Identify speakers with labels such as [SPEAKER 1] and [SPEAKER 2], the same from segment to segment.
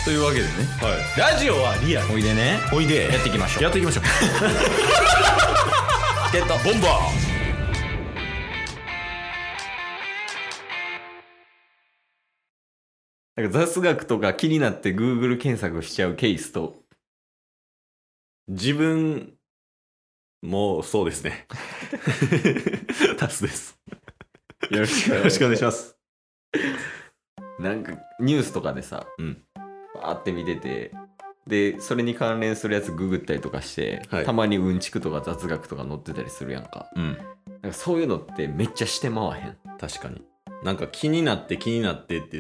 [SPEAKER 1] というわけでね、
[SPEAKER 2] はい、ラジオはリアル。
[SPEAKER 1] おいでね、
[SPEAKER 2] おいで
[SPEAKER 1] やっていきましょう。
[SPEAKER 2] やっていきましょう
[SPEAKER 1] ゲット
[SPEAKER 2] ボンバ
[SPEAKER 1] なんか雑学とか気になって Google 検索しちゃうケースと、
[SPEAKER 2] 自分もそうですねタスです。
[SPEAKER 1] よろしく
[SPEAKER 2] よろしくお願いします。
[SPEAKER 1] なんかニュースとかでさ、バーって見てて、でそれに関連するやつググったりとかして、
[SPEAKER 2] はい、
[SPEAKER 1] たまにうんちくとか雑学とか載ってたりするやんか。なんかそういうのってめっちゃしてまわへん。
[SPEAKER 2] 確かに。なんか気になってって言って、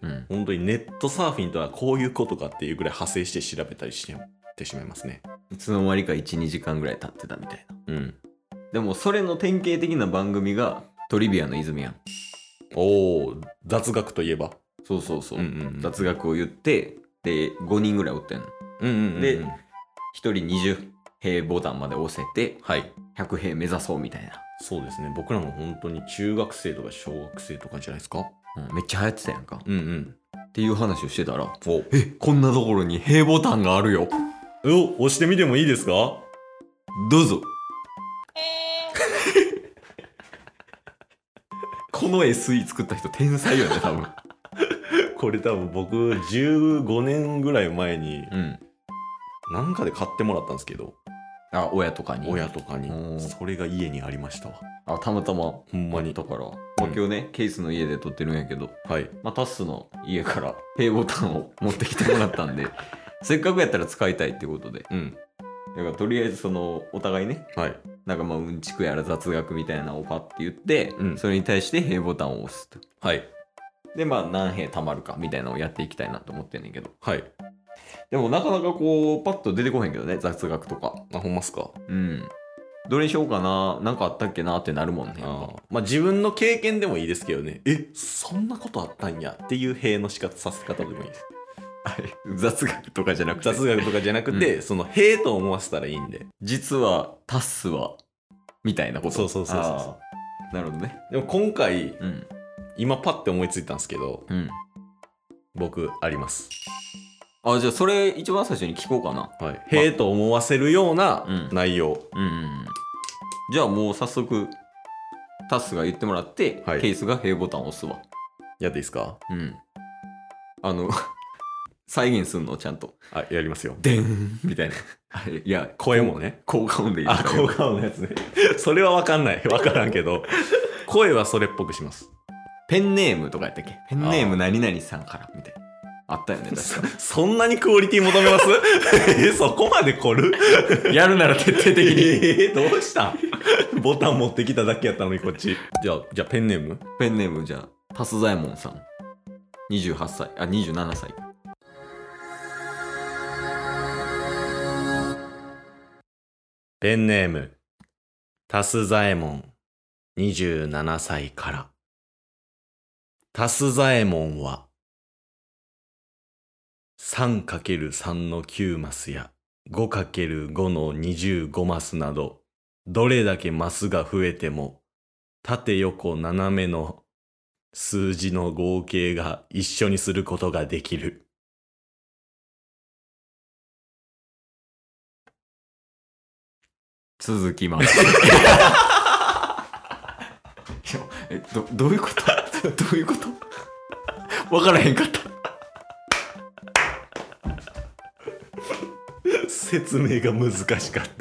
[SPEAKER 2] 本当にネットサーフィンとはこういうことかっていうぐらい派生して調べたりしてしまいますね。
[SPEAKER 1] いつの間にか 1,2 時間ぐらい経ってたみたいな。でもそれの典型的な番組がトリビアの泉やん。
[SPEAKER 2] おー、雑学といえば。
[SPEAKER 1] そうそうそう、雑学を言って、で5人ぐらいおってんの。で1人20平ボタンまで押せて、100平目指そうみたいな。
[SPEAKER 2] そうですね。僕らも本当に中学生とか小学生とかじゃないですか。
[SPEAKER 1] めっちゃ流行ってたやんか。っていう話をしてたら、
[SPEAKER 2] こ
[SPEAKER 1] んなところに平ボタンがあるよ。
[SPEAKER 2] 押してみてもいいですか？
[SPEAKER 1] どうぞ。この SE 作った人天才よね多分。
[SPEAKER 2] これ多分僕15年ぐらい前になんかで買ってもらったんですけど、
[SPEAKER 1] 親とかに
[SPEAKER 2] それが家にありましたわ。
[SPEAKER 1] たまたま
[SPEAKER 2] ほんまに。
[SPEAKER 1] だから、今日ねケースの家で撮ってるんやけど、タスの家から平ボタンを持ってきてもらったんでせっかくやったら使いたいってことで、だからとりあえずそのお互いね、なんかうんちくやら雑学みたいなのをパッて言って、それに対して平ボタンを押すと。で何平たまるかみたいなのをやっていきたいなと思ってんねんけど、でもなかなかこうパッと出てこへんけどね、雑学とか。
[SPEAKER 2] ほんまっすか？
[SPEAKER 1] どれにしようかな、なんかあったっけなってなるもんね。
[SPEAKER 2] 自分の経験でもいいですけどね。そんなことあったんやっていう塀のさせ方でもいいです。
[SPEAKER 1] 雑学とかじゃなく
[SPEAKER 2] て、その塀と思わせたらいいんで、
[SPEAKER 1] 実はタスはみたいなこと。
[SPEAKER 2] そう
[SPEAKER 1] なるほどね。
[SPEAKER 2] でも今回、今パッて思いついたんですけど、僕あります。
[SPEAKER 1] じゃあそれ一番最初に聞こうかな。
[SPEAKER 2] 塀と思わせるような内容。
[SPEAKER 1] じゃあもう早速タスが言ってもらって、ケースが平ボタンを押すわ。
[SPEAKER 2] やっていいですか？
[SPEAKER 1] 再現すんのちゃんと。
[SPEAKER 2] やりますよ。
[SPEAKER 1] でんみたいな。いや、
[SPEAKER 2] 声もね。
[SPEAKER 1] 効果音でいい。
[SPEAKER 2] 効果音のやつね。それは分からんけど、声はそれっぽくします。
[SPEAKER 1] ペンネームとかやったっけ？ペンネーム何々さんからみたいな。あったよね、確か。
[SPEAKER 2] そんなにクオリティ求めます？そこまで凝る？
[SPEAKER 1] やるなら徹底的に。
[SPEAKER 2] どうしたん？ボタン持ってきただけやったのにこっち。じゃあペンネーム？
[SPEAKER 1] ペンネームじゃあ、タスザエモンさん。28歳。27歳。
[SPEAKER 2] ペンネーム、タスザエモン、27歳から。タスザエモンは、3×3 の9マスや 5×5 の25マスなど、どれだけマスが増えても、縦横斜めの数字の合計が一緒にすることができる。
[SPEAKER 1] 続きます。どういうことどういうこと分からへんかった。
[SPEAKER 2] 説明が難しかった。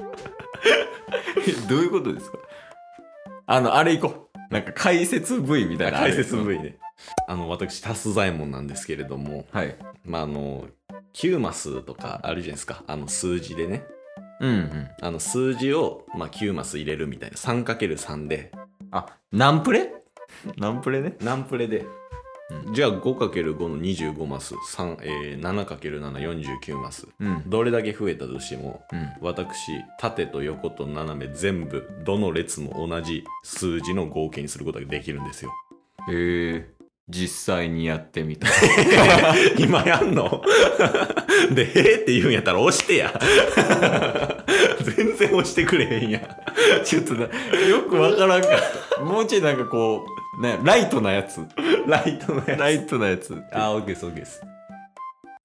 [SPEAKER 1] どういうことですか？あれ行こう。なんか解説 V みたいな。
[SPEAKER 2] 解説 V ね。私、タスザエモンなんですけれども、9マスとかあるじゃないですか。数字でね。数字を、9マス入れるみたいな。3×3 で。
[SPEAKER 1] ナンプレね。
[SPEAKER 2] ナンプレで。じゃあ 5×5 の25マス、7×749 マス、どれだけ増えたとしても、私縦と横と斜め全部どの列も同じ数字の合計にすることができるんですよ。
[SPEAKER 1] 実際にやってみた。
[SPEAKER 2] 今やんのでって言うんやったら押してや。全然押してくれへんや。
[SPEAKER 1] ちょっとよくわからんかった。もうちょいなんかこうね、ライトなやつ。
[SPEAKER 2] ライトなやつ。
[SPEAKER 1] ライトなやつ。
[SPEAKER 2] オッケーですオッケーです。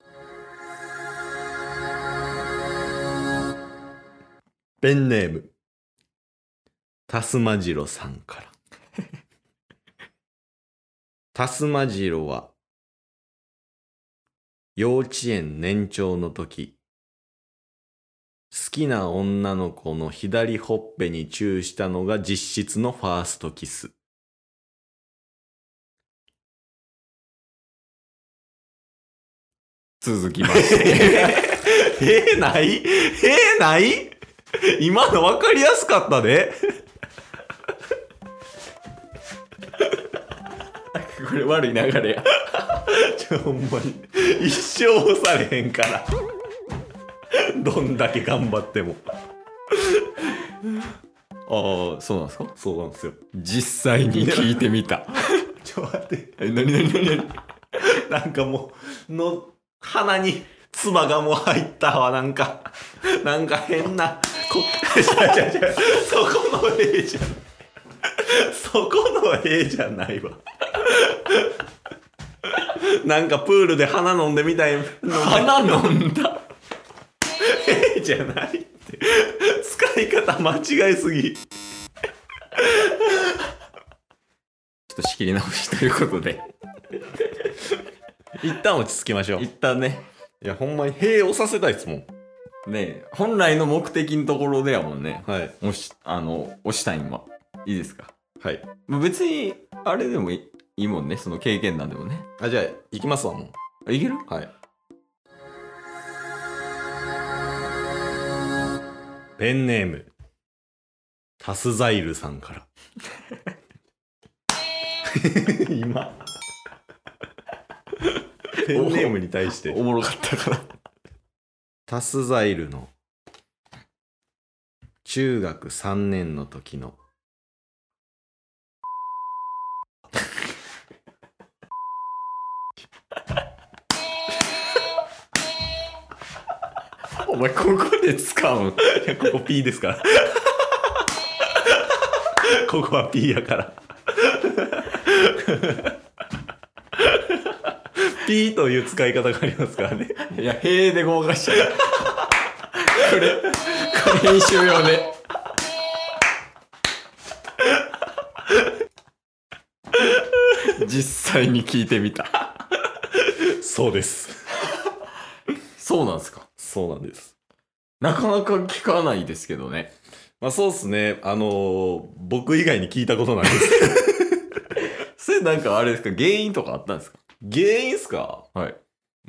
[SPEAKER 2] ペンネームタスマジロさんから。タスマジロは幼稚園年長の時、好きな女の子の左ほっぺにチューしたのが実質のファーストキス。
[SPEAKER 1] 続きまして
[SPEAKER 2] ないない今の分かりやすかったで。
[SPEAKER 1] これ悪い流れや。
[SPEAKER 2] ほんまに一生押されへんから。どんだけ頑張っても。
[SPEAKER 1] ああ、そうなんですか。
[SPEAKER 2] そうなんですよ。
[SPEAKER 1] 実際に聞いてみた。
[SPEAKER 2] ちょっと待って。
[SPEAKER 1] 何
[SPEAKER 2] なんかもうの鼻に唾がもう入ったわ。なんか変なそこの絵じゃない。そこの絵じゃないわ。なんかプールで鼻飲んでみたいの。
[SPEAKER 1] 鼻飲んだ。
[SPEAKER 2] 絵じゃないって。使い方間違いすぎ。
[SPEAKER 1] ちょっと仕切り直しということで
[SPEAKER 2] 一旦落ち着きましょう。
[SPEAKER 1] 一旦ね。
[SPEAKER 2] いやほんまに塀押させたいですもん
[SPEAKER 1] ね。本来の目的のところではもんね。
[SPEAKER 2] はい。
[SPEAKER 1] 押したいんはいいですか。
[SPEAKER 2] はい。
[SPEAKER 1] 別にあれでもいいもんね。その経験談でもね。
[SPEAKER 2] あ、じゃあ行きますわ。も
[SPEAKER 1] ういける。
[SPEAKER 2] はい。ペンネームタスザイルさんから今ペンネームに対して
[SPEAKER 1] おもろかったから。
[SPEAKER 2] タスザイルの中学3年の時の
[SPEAKER 1] お前ここで使うん。
[SPEAKER 2] いやここ P ですからここは P やからP という使い方がありますからね。
[SPEAKER 1] いや、塀でごまかしちゃう。これ編集用で。実際に聞いてみた。
[SPEAKER 2] そうです。
[SPEAKER 1] そうなんですか。
[SPEAKER 2] そうなんです。
[SPEAKER 1] なかなか聞かないですけどね。
[SPEAKER 2] まあそうっすね。僕以外に聞いたことないです。
[SPEAKER 1] それなんかあれですか、原因とかあったんですか。
[SPEAKER 2] 原因っすか。
[SPEAKER 1] はい。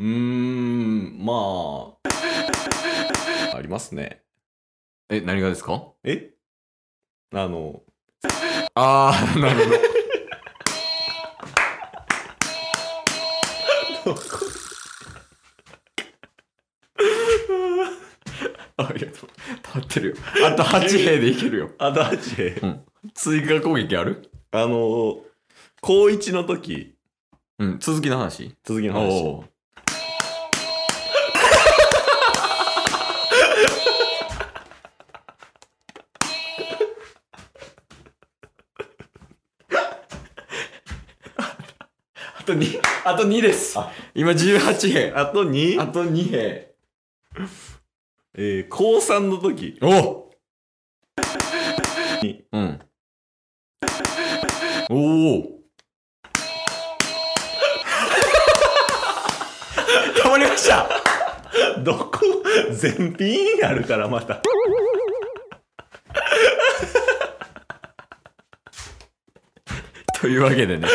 [SPEAKER 2] まあありますね。
[SPEAKER 1] 何がですか。
[SPEAKER 2] なる
[SPEAKER 1] ほど。ありがとう。立ってるよ。あと8兵でいけるよ。
[SPEAKER 2] あと8兵。
[SPEAKER 1] うん。追加攻撃ある？
[SPEAKER 2] 高1の時。
[SPEAKER 1] うん、続きの話。
[SPEAKER 2] お
[SPEAKER 1] あと2です。今18兵。
[SPEAKER 2] あと 2？
[SPEAKER 1] あと2兵。
[SPEAKER 2] 高3の時。
[SPEAKER 1] うん。おお。たまりました。
[SPEAKER 2] どこ全品あるからまた。
[SPEAKER 1] というわけでね。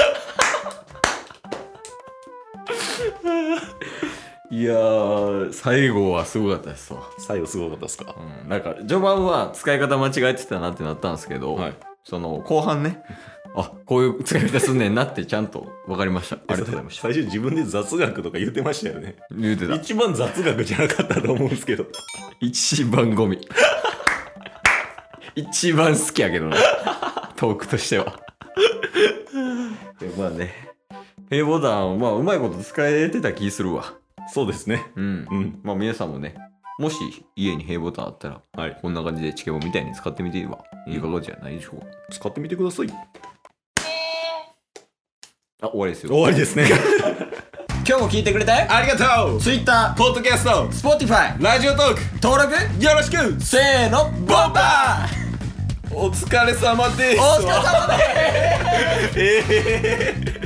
[SPEAKER 1] いやー、最後はすごかったですわ。
[SPEAKER 2] 最後すごかったですか。
[SPEAKER 1] なんか序盤は使い方間違えてたなってなったんですけど、はい、その後半ね、あ、こういう使い方すんねんなってちゃんと分かりました。ありがとうございました。
[SPEAKER 2] 最初自分で雑学とか言ってましたよね。
[SPEAKER 1] 言ってた。
[SPEAKER 2] 一番雑学じゃなかったと思うんですけど。
[SPEAKER 1] 一番ゴミ。一番好きやけどね。トークとしては。まあね、平ボタン、まあうまいこと使えてた気するわ。
[SPEAKER 2] そうですね。
[SPEAKER 1] うん。まあ皆さんもね、もし家に平ボタンあったら、はい、こんな感じでチケボみたいに使ってみてはいかがじゃないでしょうか。
[SPEAKER 2] 使ってみてください。
[SPEAKER 1] あ、終わりですよ。
[SPEAKER 2] 終わりですね。
[SPEAKER 1] 今日も聞いてくれて
[SPEAKER 2] ありがとう。
[SPEAKER 1] Twitter、
[SPEAKER 2] ポッドキャスト、
[SPEAKER 1] Spotify
[SPEAKER 2] ラジオトーク
[SPEAKER 1] 登録
[SPEAKER 2] よろしく。
[SPEAKER 1] せーのボンバー。
[SPEAKER 2] お疲れ様です。
[SPEAKER 1] お疲れ様です。